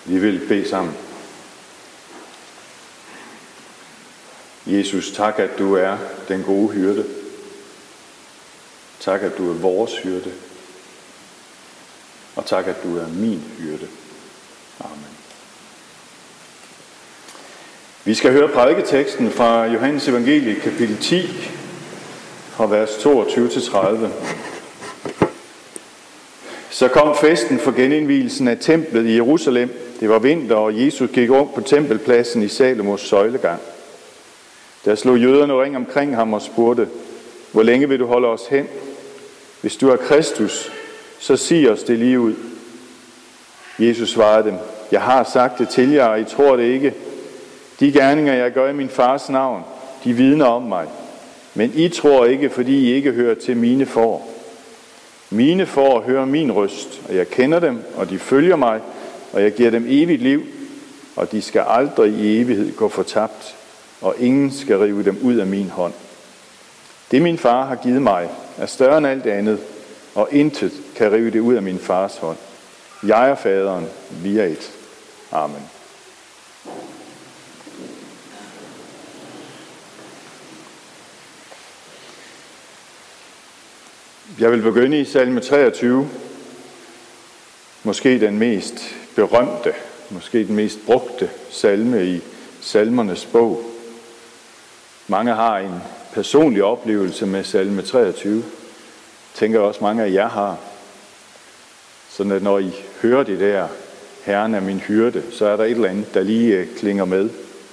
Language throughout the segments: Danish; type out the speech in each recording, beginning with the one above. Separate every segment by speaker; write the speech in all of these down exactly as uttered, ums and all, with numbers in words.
Speaker 1: Vi vil bede sammen. Jesus, tak at du er den gode hyrde. Tak at du er vores hyrde. Og tak at du er min hyrde. Amen. Vi skal høre prædiketeksten fra Johannes Evangelie, kapitel ti, fra vers toogtyve til tredive. Så kom festen for genindvielsen af templet i Jerusalem. Det var vinter, og Jesus gik rundt på tempelpladsen i Salomos søjlegang. Der slog jøderne ring omkring ham og spurgte, hvor længe vil du holde os hen? Hvis du er Kristus, så sig os det lige ud. Jesus svarede dem, jeg har sagt det til jer, og I tror det ikke. De gerninger, jeg gør i min fars navn, de vidner om mig. Men I tror ikke, fordi I ikke hører til mine får. Mine får hører min røst, og jeg kender dem, og de følger mig, og jeg giver dem evigt liv, og de skal aldrig i evighed gå fortabt, og ingen skal rive dem ud af min hånd. Det min far har givet mig, er større end alt andet, og intet kan rive det ud af min fars hånd. Jeg og faderen, vi er et. Amen. Jeg vil begynde i salme treogtyve, måske den mest berømte, måske den mest brugte salme i salmernes bog. Mange har en personlig oplevelse med salme treogtyve. Tænker også mange af jer har. Sådan at når I hører det der, Herren er min hyrde, så er der et eller andet, der lige klinger med.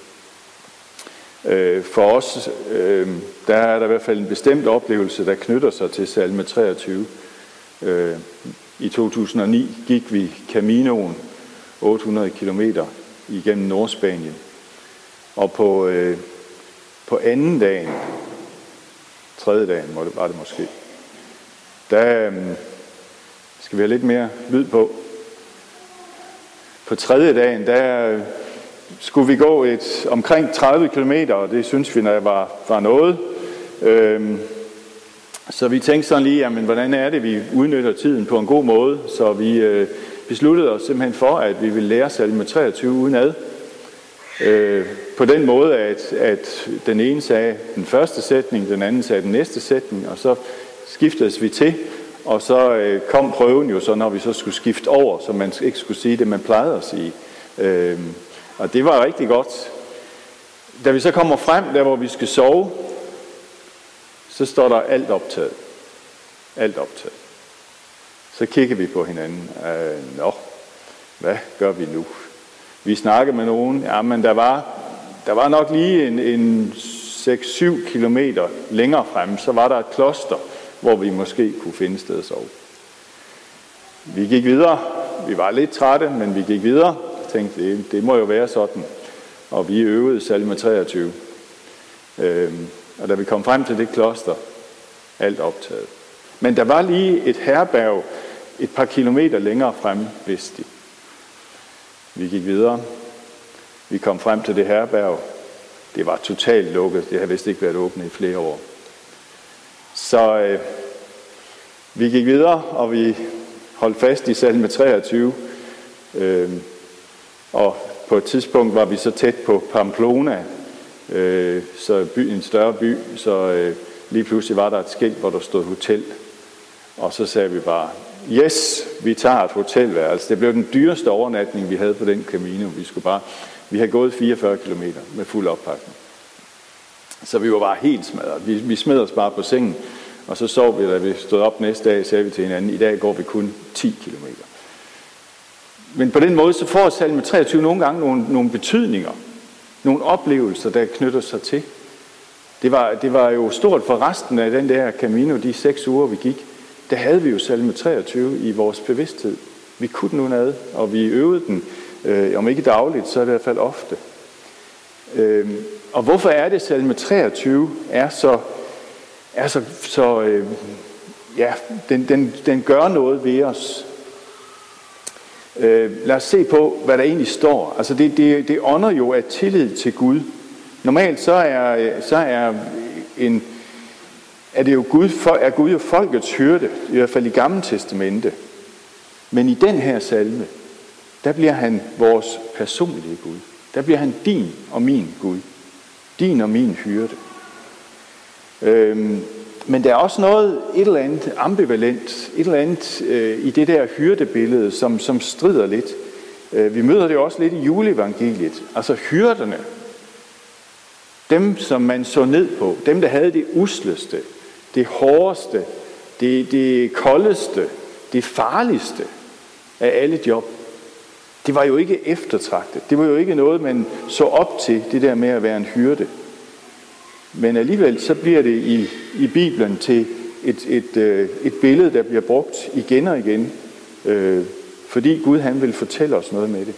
Speaker 1: For os, der er der i hvert fald en bestemt oplevelse, der knytter sig til salme treogtyve. I to tusind og ni gik vi Caminoen otte hundrede kilometer igennem Nordspanien. Og på, på anden dagen, tredje dagen var det måske, der skal vi have lidt mere lyd på. På tredje dagen, der skulle vi gå et omkring tredive kilometer, og det synes vi, når jeg var, var noget. Øhm, så vi tænkte sådan lige, jamen, hvordan er det, vi udnytter tiden på en god måde? Så vi øh, besluttede os simpelthen for, at vi ville lære salme treogtyve udenad. Øh, på den måde, at, at den ene sagde den første sætning, den anden sagde den næste sætning, og så skiftedes vi til. Og så øh, kom prøven jo så, når vi så skulle skifte over, så man ikke skulle sige det, man plejede at sige. Øh, Og det var rigtig godt. Da vi så kommer frem, der hvor vi skal sove, så står der alt optaget. Alt optaget. Så kigger vi på hinanden. Øh, Nå, hvad gør vi nu? Vi snakkede med nogen. Jamen, der var, der var nok lige en, en seks syv kilometer længere frem, så var der et kloster, hvor vi måske kunne finde sted at sove. Vi gik videre. Vi var lidt trætte, men vi gik videre. Tænkte, det, det må jo være sådan. Og vi øvede salme treogtyve. Øhm, og da vi kom frem til det kloster, alt optaget. Men der var lige et herberg et par kilometer længere fremme, vidste de. Vi gik videre. Vi kom frem til det herberg. Det var totalt lukket. Det har vist ikke været åbnet i flere år. Så øh, vi gik videre, og vi holdt fast i salme treogtyve. Øh, Og på et tidspunkt var vi så tæt på Pamplona, øh, så by, en større by, så øh, lige pludselig var der et skilt, hvor der stod hotel. Og så sagde vi bare, yes, vi tager et hotelværelse. Det blev den dyreste overnatning, vi havde på den Camino. Vi skulle bare, vi havde gået fireogfyrre kilometer med fuld oppakning. Så vi var bare helt smadret. Vi, vi smed os bare på sengen, og så sov vi, da vi stod op næste dag, sagde vi til hinanden, i dag går vi kun ti kilometer. Men på den måde, så får salme treogtyve nogle gange nogle, nogle betydninger, nogle oplevelser, der knytter sig til. Det var, det var jo stort for resten af den der Camino, de seks uger, vi gik. Der havde vi jo salme treogtyve i vores bevidsthed. Vi kunne den udenad, og vi øvede den, øh, om ikke dagligt, så i hvert fald ofte. Øh, og hvorfor er det, salme treogtyve er så, er så, så øh, ja, den, den, den gør noget ved os. Øh, lad os se på, hvad der egentlig står. Altså det, det, det ånder jo af tillid til Gud. Normalt så er, så er, en, er det jo Gud, er Gud jo folkets hyrde, i hvert fald i Gamle Testamente. Men i den her salme, der bliver han vores personlige Gud. Der bliver han din og min Gud. Din og min hyrde. Øhm, men der er også noget, et eller andet ambivalent, et eller andet øh, i det der hyrdebillede, som, som strider lidt. Øh, vi møder det også lidt i juleevangeliet. Altså hyrderne, dem som man så ned på, dem der havde det usleste, det hårdeste, det, det koldeste, det farligste af alle job. Det var jo ikke eftertragtet. Det var jo ikke noget, man så op til, det der med at være en hyrde. Men alligevel så bliver det i, i Bibelen til et, et, et, et billede, der bliver brugt igen og igen, øh, fordi Gud han vil fortælle os noget med det.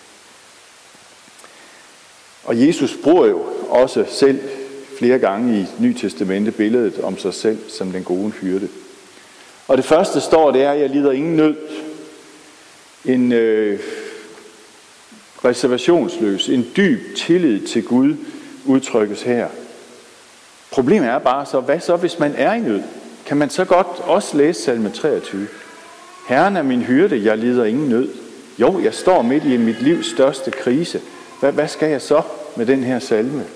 Speaker 1: Og Jesus bruger jo også selv flere gange i Nye Testamente billedet om sig selv som den gode hyrde. Og det første står, det er, at jeg lider ingen nød. En øh, reservationsløs, en dyb tillid til Gud udtrykkes her. Problemet er bare så, hvad så hvis man er i nød? Kan man så godt også læse salme treogtyve? Herren er min hyrde, jeg lider ingen nød. Jo, jeg står midt i mit livs største krise. Hvad, hvad skal jeg så med den her salme?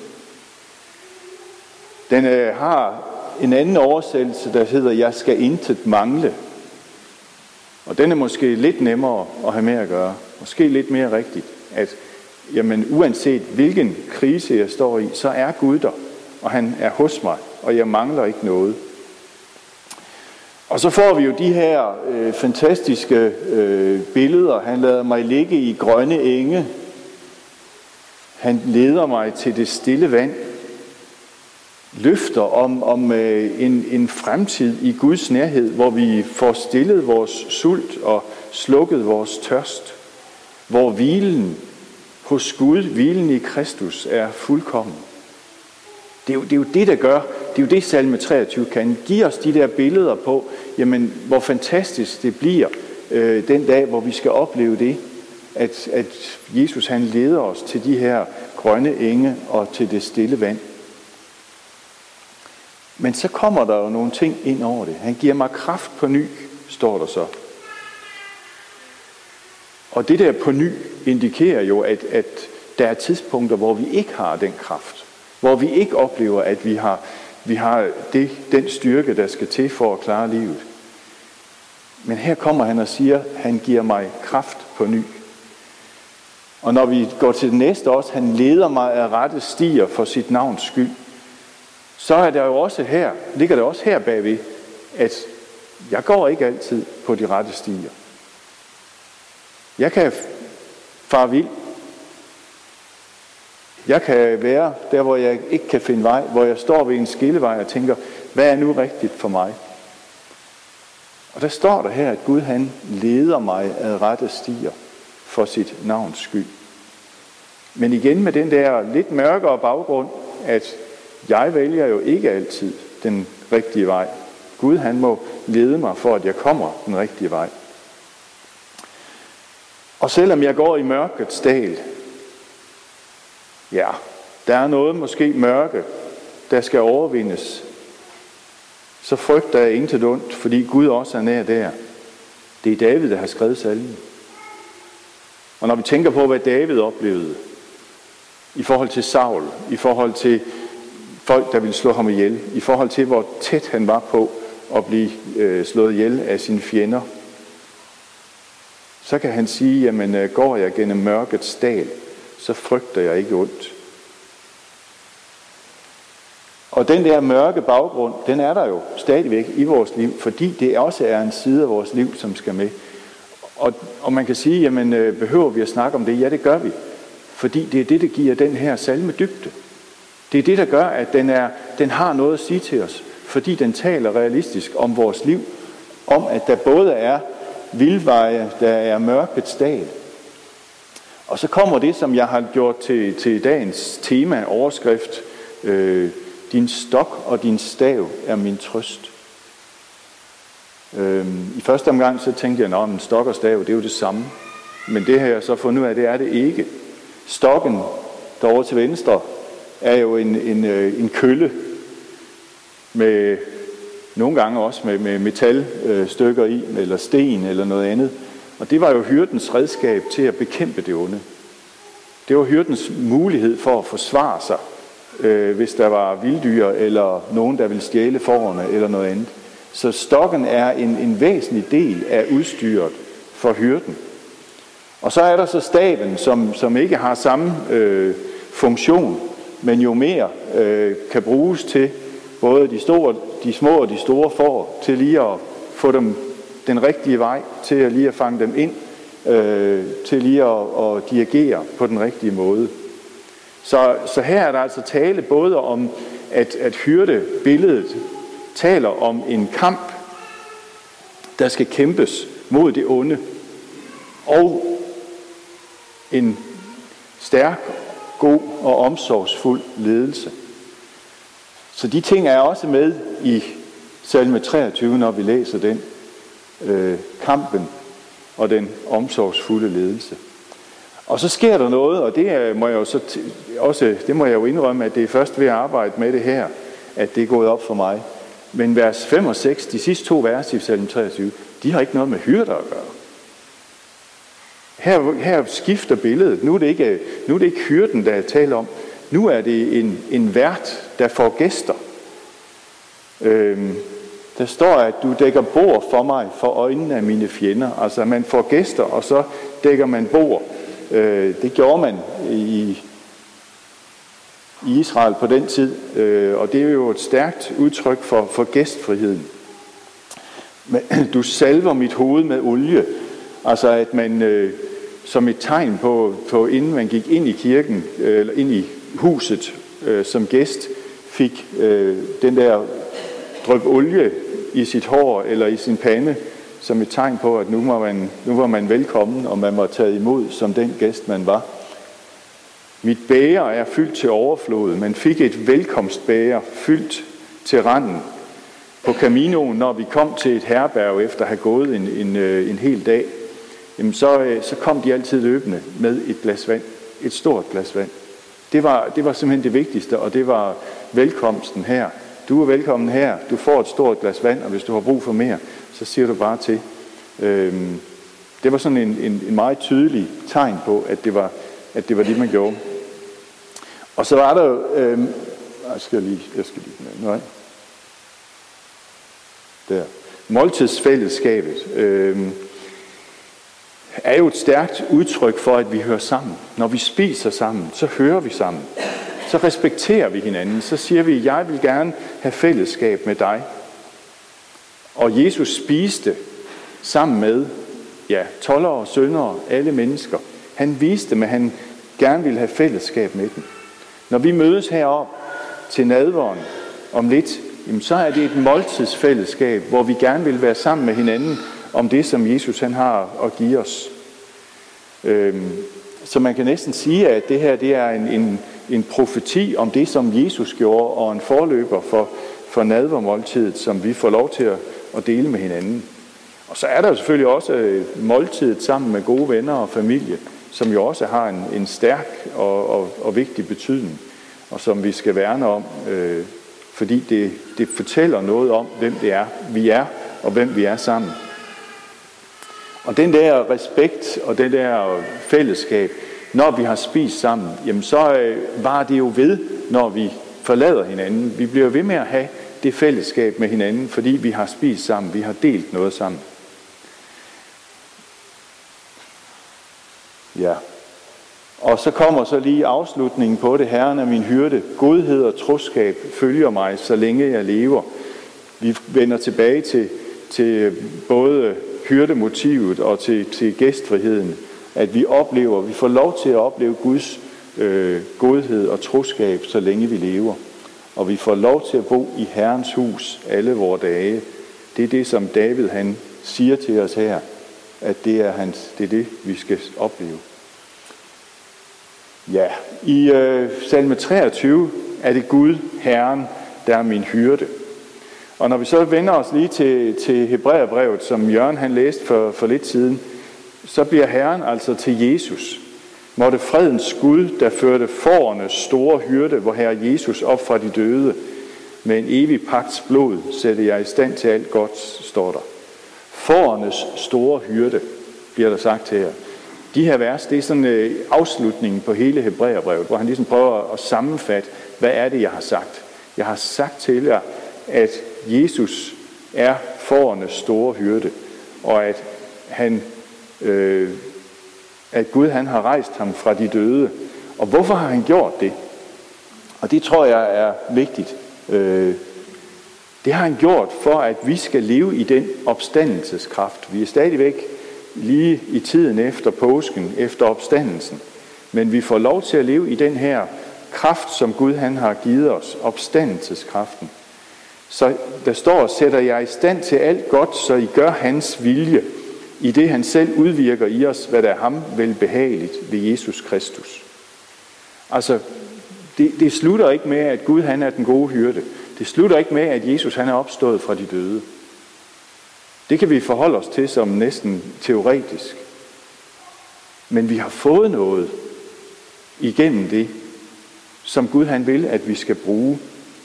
Speaker 1: Den øh, har en anden oversættelse, der hedder, jeg skal intet mangle. Og den er måske lidt nemmere at have med at gøre. Måske lidt mere rigtigt, at jamen, uanset hvilken krise jeg står i, så er Gud der, og han er hos mig, og jeg mangler ikke noget. Og så får vi jo de her øh, fantastiske øh, billeder. Han lader mig ligge i grønne enge. Han leder mig til det stille vand. Løfter om, om øh, en, en fremtid i Guds nærhed, hvor vi får stillet vores sult og slukket vores tørst. Hvor hvilen hos Gud, hvilen i Kristus, er fuldkommen. Det er, jo, det er jo det, der gør, det er jo det, salme treogtyve kan give os de der billeder på, jamen, hvor fantastisk det bliver øh, den dag, hvor vi skal opleve det, at, at Jesus han leder os til de her grønne enge og til det stille vand. Men så kommer der jo nogle ting ind over det. Han giver mig kraft på ny, står der så. Og det der på ny indikerer jo, at, at der er tidspunkter, hvor vi ikke har den kraft. Hvor vi ikke oplever, at vi har, vi har det, den styrke, der skal til for at klare livet. Men her kommer han og siger, han giver mig kraft på ny. Og når vi går til det næste også, han leder mig af rette stier for sit navns skyld. Så er der jo også her, ligger der også her bagved, at jeg går ikke altid på de rette stier. Jeg kan fare vild. Jeg kan være der, hvor jeg ikke kan finde vej, hvor jeg står ved en skillevej og tænker, hvad er nu rigtigt for mig? Og der står der her, at Gud han leder mig ad rette stier for sit navns skyld. Men igen med den der lidt mørkere baggrund, at jeg vælger jo ikke altid den rigtige vej. Gud han må lede mig for, at jeg kommer den rigtige vej. Og selvom jeg går i mørkets dal, ja, der er noget måske mørke, der skal overvindes, så frygter jeg intet ondt, fordi Gud også er nær der. Det er David, der har skrevet salmen. Og når vi tænker på, hvad David oplevede i forhold til Saul, i forhold til folk, der ville slå ham ihjel, i forhold til, hvor tæt han var på at blive øh, slået ihjel af sine fjender, så kan han sige, jamen går jeg gennem mørkets dal, så frygter jeg ikke ondt. Og den der mørke baggrund, den er der jo stadigvæk i vores liv, fordi det også er en side af vores liv, som skal med. Og, og man kan sige, jamen behøver vi at snakke om det? Ja, det gør vi. Fordi det er det, der giver den her salme dybde. Det er det, der gør, at den, er, den har noget at sige til os. Fordi den taler realistisk om vores liv. Om, at der både er vildveje, der er mørkets dal. Og så kommer det, som jeg har gjort til, til dagens tema, overskrift. Øh, din stok og din stav er min trøst. Øh, I første omgang så tænkte jeg, at en stok og stav, det er jo det samme. Men det har jeg så fundet ud af, det er det ikke. Stokken derovre til venstre er jo en, en, en kølle med nogle gange også med, med metalstykker i, eller sten eller noget andet. Og det var jo hyrdens redskab til at bekæmpe det onde. Det var hyrdens mulighed for at forsvare sig, øh, hvis der var vilddyr eller nogen, der ville stjæle fårene eller noget andet. Så stokken er en, en væsentlig del af udstyret for hyrden. Og så er der så staven, som, som ikke har samme øh, funktion, men jo mere øh, kan bruges til både de, store, de små og de store får, til lige at få dem den rigtige vej, til at lige at fange dem ind, øh, til lige at, at dirigere på den rigtige måde. Så, så her er der altså tale både om, at, at hyrdebilledet taler om en kamp, der skal kæmpes mod det onde, og en stærk, god og omsorgsfuld ledelse. Så de ting er også med i salme treogtyve, når vi læser den. Øh, kampen og den omsorgsfulde ledelse. Og så sker der noget, og det er, må jeg jo så t- også, det må jeg jo indrømme, at det er først ved at arbejde med det her, at det er gået op for mig. Men vers fem og seks, de sidste to vers i salme treogtyve, de har ikke noget med hyrder at gøre. Her, her skifter billedet. Nu er, det ikke, nu er det ikke hyrden, der er tale om. Nu er det en, en vært, der får gæster. Øhm, der står, at du dækker bord for mig for øjnene af mine fjender. Altså, man får gæster, og så dækker man bord. Øh, det gjorde man i, i Israel på den tid, øh, og det er jo et stærkt udtryk for, for gæstfriheden. Du salver mit hoved med olie. Altså, at man øh, som et tegn på, på, inden man gik ind i kirken, øh, eller ind i huset øh, som gæst, fik øh, den der dryp olie i sit hår eller i sin pande, som et tegn på, at nu var man, nu var man velkommen, og man var taget imod som den gæst, man var. Mit bæger er fyldt til overflod. Man fik et velkomstbæger fyldt til randen. På Caminoen, når vi kom til et herberg efter at have gået en, en, en hel dag, jamen så, så kom de altid løbende med et glas vand. Et stort glas vand. Det var, det var simpelthen det vigtigste, og det var velkomsten her. Du er velkommen her. Du får et stort glas vand, og hvis du har brug for mere, så siger du bare til. Øhm, det var sådan en, en, en meget tydelig tegn på, at det var, at det var det, man gjorde. Og så var der jo... Øhm, jeg skal lige... Jeg skal lige nej. Der. Måltidsfællesskabet øhm, er jo et stærkt udtryk for, at vi hører sammen. Når vi spiser sammen, så hører vi sammen. Så respekterer vi hinanden. Så siger vi, jeg vil gerne have fællesskab med dig. Og Jesus spiste sammen med ja, toldere og syndere, alle mennesker. Han viste dem, at han gerne ville have fællesskab med dem. Når vi mødes heroppe til nadveren om lidt, jamen så er det et måltidsfællesskab, hvor vi gerne vil være sammen med hinanden om det, som Jesus han har at give os. Øhm, så man kan næsten sige, at det her det er en, en, en profeti om det, som Jesus gjorde, og en forløber for, for nadvermåltidet, som vi får lov til at, at dele med hinanden. Og så er der jo selvfølgelig også måltidet sammen med gode venner og familie, som jo også har en, en stærk og, og, og vigtig betydning, og som vi skal værne om, øh, fordi det, det fortæller noget om, hvem det er, vi er, og hvem vi er sammen. Og den der respekt og den der fællesskab, når vi har spist sammen, jamen så øh, var det jo ved, når vi forlader hinanden. Vi bliver ved med at have det fællesskab med hinanden, fordi vi har spist sammen, vi har delt noget sammen. Ja. Og så kommer så lige afslutningen på det. Herren er min hyrde. Godhed og troskab følger mig, så længe jeg lever. Vi vender tilbage til, til både hyrdemotivet og til, til gæstfriheden. At vi oplever, vi får lov til at opleve Guds øh, godhed og troskab, så længe vi lever. Og vi får lov til at bo i Herrens hus alle vore dage. Det er det, som David han siger til os her, at det er, hans, det, er det, vi skal opleve. Ja, i øh, salme treogtyve er det Gud, Herren, der er min hyrde. Og når vi så vender os lige til, til Hebræerbrevet, som Jørgen han læste for, for lidt siden, så bliver Herren altså til Jesus. Måtte fredens Gud, der førte fårenes store hyrde, hvor Herre Jesus op fra de døde, med en evig pagts blod, sætte jeg i stand til alt godt, står der. Fårenes store hyrde. bliver der sagt her. De her vers, det er sådan øh, afslutningen på hele Hebræerbrevet, hvor han ligesom prøver at sammenfatte, hvad er det, jeg har sagt. Jeg har sagt til jer, at Jesus er fårenes store hyrde, og at han, øh, at Gud han har rejst ham fra de døde. Og hvorfor har han gjort det? Og det tror jeg er vigtigt. Øh, det har han gjort for, at vi skal leve i den opstandelseskraft. Vi er stadigvæk lige i tiden efter påsken, efter opstandelsen. Men vi får lov til at leve i den her kraft, som Gud han har givet os, opstandelseskraften. Så der står, sætter jeg i stand til alt godt, så I gør hans vilje, i det han selv udvirker i os, hvad der er ham velbehageligt ved Jesus Kristus. Altså, det, det slutter ikke med, at Gud han er den gode hyrde. Det slutter ikke med, at Jesus han er opstået fra de døde. Det kan vi forholde os til som næsten teoretisk. Men vi har fået noget igennem det, som Gud han vil, at vi skal bruge.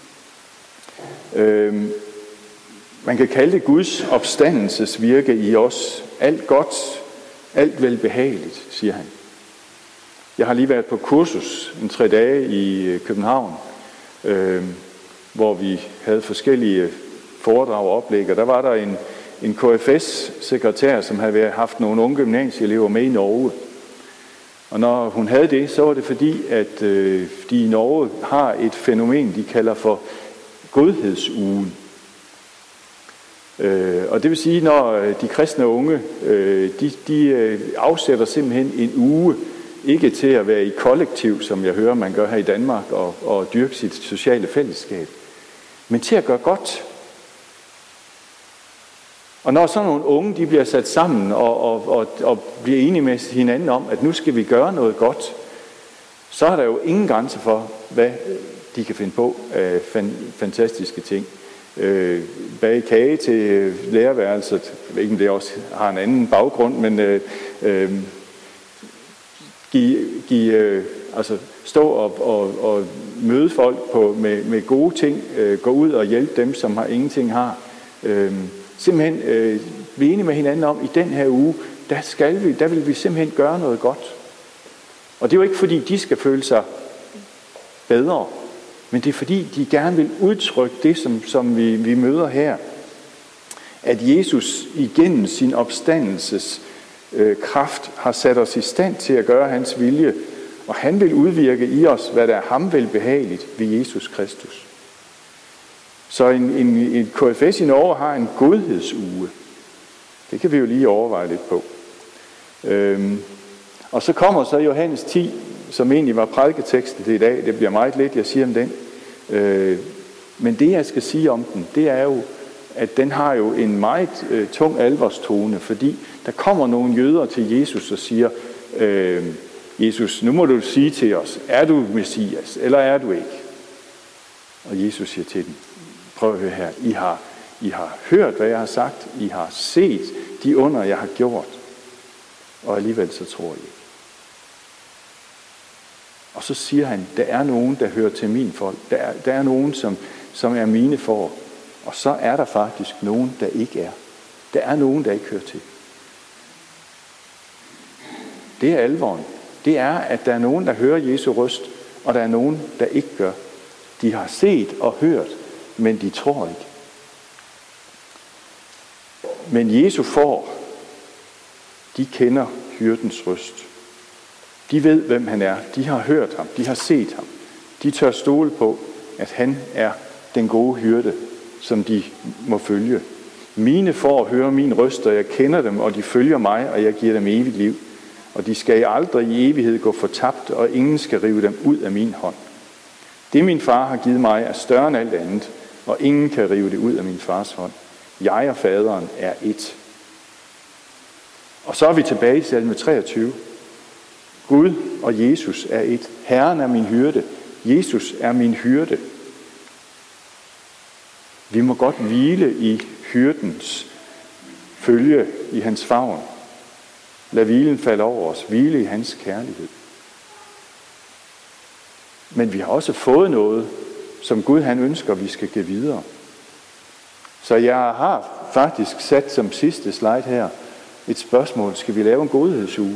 Speaker 1: Øhm, man kan kalde det Guds opstandelsesvirke i os. Alt godt, alt velbehageligt, siger han. Jeg har lige været på kursus en tre dage i København, øh, hvor vi havde forskellige foredrag og oplæg, og der var der en, en K F S-sekretær, som havde haft nogle unge gymnasieelever med i Norge. Og når hun havde det, så var det fordi, at øh, de i Norge har et fænomen, de kalder for godhedsugen. Øh, og det vil sige, når de kristne unge, øh, de, de afsætter simpelthen en uge, ikke til at være i kollektiv, som jeg hører, man gør her i Danmark, og, og dyrke sit sociale fællesskab, men til at gøre godt. Og når sådan nogle unge, de bliver sat sammen og, og, og, og bliver enige med hinanden om, at nu skal vi gøre noget godt, så er der jo ingen grænse for, hvad de kan finde på af fantastiske ting. Øh, bage kage til lærerværelset, jeg ved ikke om det også har en anden baggrund, men øh, øh, give, give, øh, altså stå op og, og møde folk på, med, med gode ting, øh, gå ud og hjælpe dem, som har ingenting har. Øh, simpelthen øh, blive enige med hinanden om, i den her uge, der, skal vi, der vil vi simpelthen gøre noget godt. Og det er jo ikke fordi, de skal føle sig bedre, men det er fordi, de gerne vil udtrykke det, som, som vi, vi møder her. At Jesus igennem sin opstandelses øh, kraft har sat os i stand til at gøre hans vilje, og han vil udvirke i os, hvad der er ham velbehageligt ved Jesus Kristus. Så en, en, en K F S i Norge har en godhedsuge. Det kan vi jo lige overveje lidt på. Øhm, og så kommer så Johannes ti, som egentlig var prædiketeksten til i dag. Det bliver meget lidt, jeg siger om den. Øh, men det, jeg skal sige om den, det er jo, at den har jo en meget øh, tung alvorstone, fordi der kommer nogle jøder til Jesus og siger, øh, Jesus, nu må du sige til os, er du Messias, eller er du ikke? Og Jesus siger til dem, prøv at høre her, I har, I har hørt, hvad jeg har sagt, I har set de under, jeg har gjort, og alligevel så tror I ikke. Og så siger han, der er nogen, der hører til min folk. Der er, der er nogen, som, som er mine for. Og så er der faktisk nogen, der ikke er. Der er nogen, der ikke hører til. Det er alvoren. Det er, at der er nogen, der hører Jesu røst, og der er nogen, der ikke gør. De har set og hørt, men de tror ikke. Men Jesu får, de kender hyrdens røst. De ved, hvem han er. De har hørt ham. De har set ham. De tør stole på, at han er den gode hyrde, som de må følge. Mine får hører min røst, og jeg kender dem, og de følger mig, og jeg giver dem evigt liv. Og de skal aldrig i evighed gå fortabt, og ingen skal rive dem ud af min hånd. Det min far har givet mig er større end alt andet, og ingen kan rive det ud af min fars hånd. Jeg og faderen er ét. Og så er vi tilbage i salme treogtyve. Gud og Jesus er ét. Herren er min hyrde. Jesus er min hyrde. Vi må godt hvile i hyrdens følge, i hans favn. Lad hvilen falde over os. Hvile i hans kærlighed. Men vi har også fået noget, som Gud han ønsker, vi skal give videre. Så jeg har faktisk sat som sidste slide her, et spørgsmål. Skal vi lave en godhedsuge?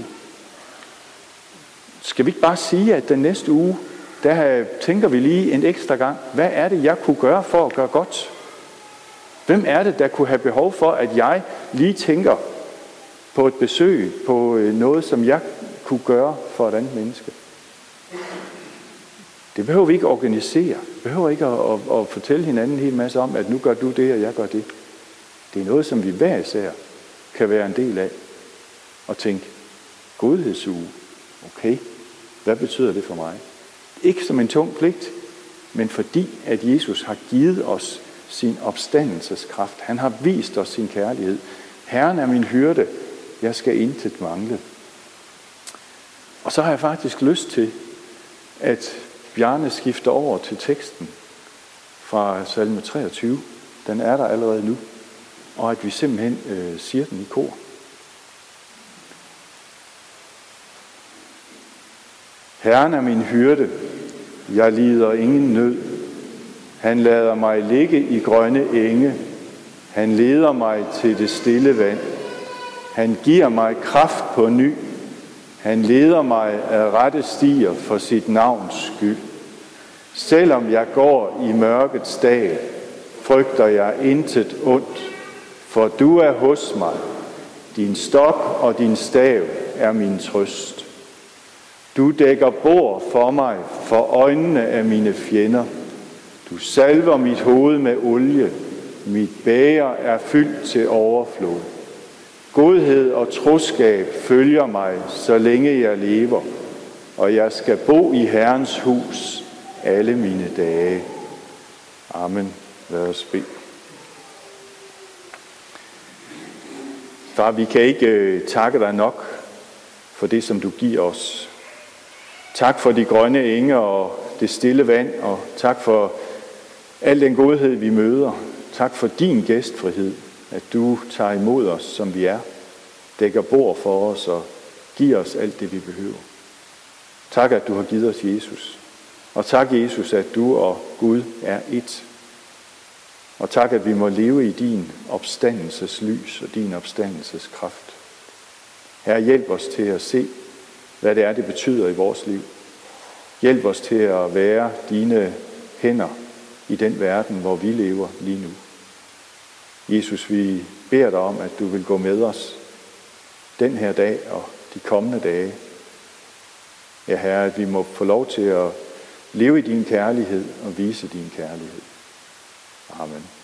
Speaker 1: Skal vi ikke bare sige, at den næste uge, der tænker vi lige en ekstra gang, hvad er det, jeg kunne gøre for at gøre godt? Hvem er det, der kunne have behov for, at jeg lige tænker på et besøg, på noget, som jeg kunne gøre for et andet menneske? Det behøver vi ikke organisere. Vi behøver ikke at, at, at fortælle hinanden en hel masse om, at nu gør du det, og jeg gør det. Det er noget, som vi hver især kan være en del af. Og tænke, godhedsuge, okay, hvad betyder det for mig? Ikke som en tung pligt, men fordi, at Jesus har givet os sin opstandelseskraft. Han har vist os sin kærlighed. Herren er min hyrde, jeg skal intet mangle. Og så har jeg faktisk lyst til, at Bjarne skifter over til teksten fra salme treogtyve. Den er der allerede nu. Og at vi simpelthen øh, siger den i kor. Herren er min hyrde, jeg lider ingen nød. Han lader mig ligge i grønne enge. Han leder mig til det stille vand. Han giver mig kraft på ny. Han leder mig af rette stier for sit navns skyld. Selvom jeg går i mørkets dal, frygter jeg intet ondt, for du er hos mig. Din stok og din stav er min trøst. Du dækker bord for mig for øjnene af mine fjender. Du salver mit hoved med olie. Mit bæger er fyldt til overflod. Godhed og troskab følger mig, så længe jeg lever, og jeg skal bo i Herrens hus alle mine dage. Amen. Lad os bede. Far, vi kan ikke takke dig nok for det, som du giver os. Tak for de grønne enge og det stille vand, og tak for al den godhed, vi møder. Tak for din gæstfrihed, at du tager imod os, som vi er, dækker bord for os og giver os alt det, vi behøver. Tak, at du har givet os Jesus. Og tak, Jesus, at du og Gud er ét. Og tak, at vi må leve i din opstandelses lys og din opstandelses kraft. Herre, hjælp os til at se, hvad det er, det betyder i vores liv. Hjælp os til at være dine hænder i den verden, hvor vi lever lige nu. Jesus, vi beder dig om, at du vil gå med os den her dag og de kommende dage. Ja, Herre, at vi må få lov til at leve i din kærlighed og vise din kærlighed. Amen.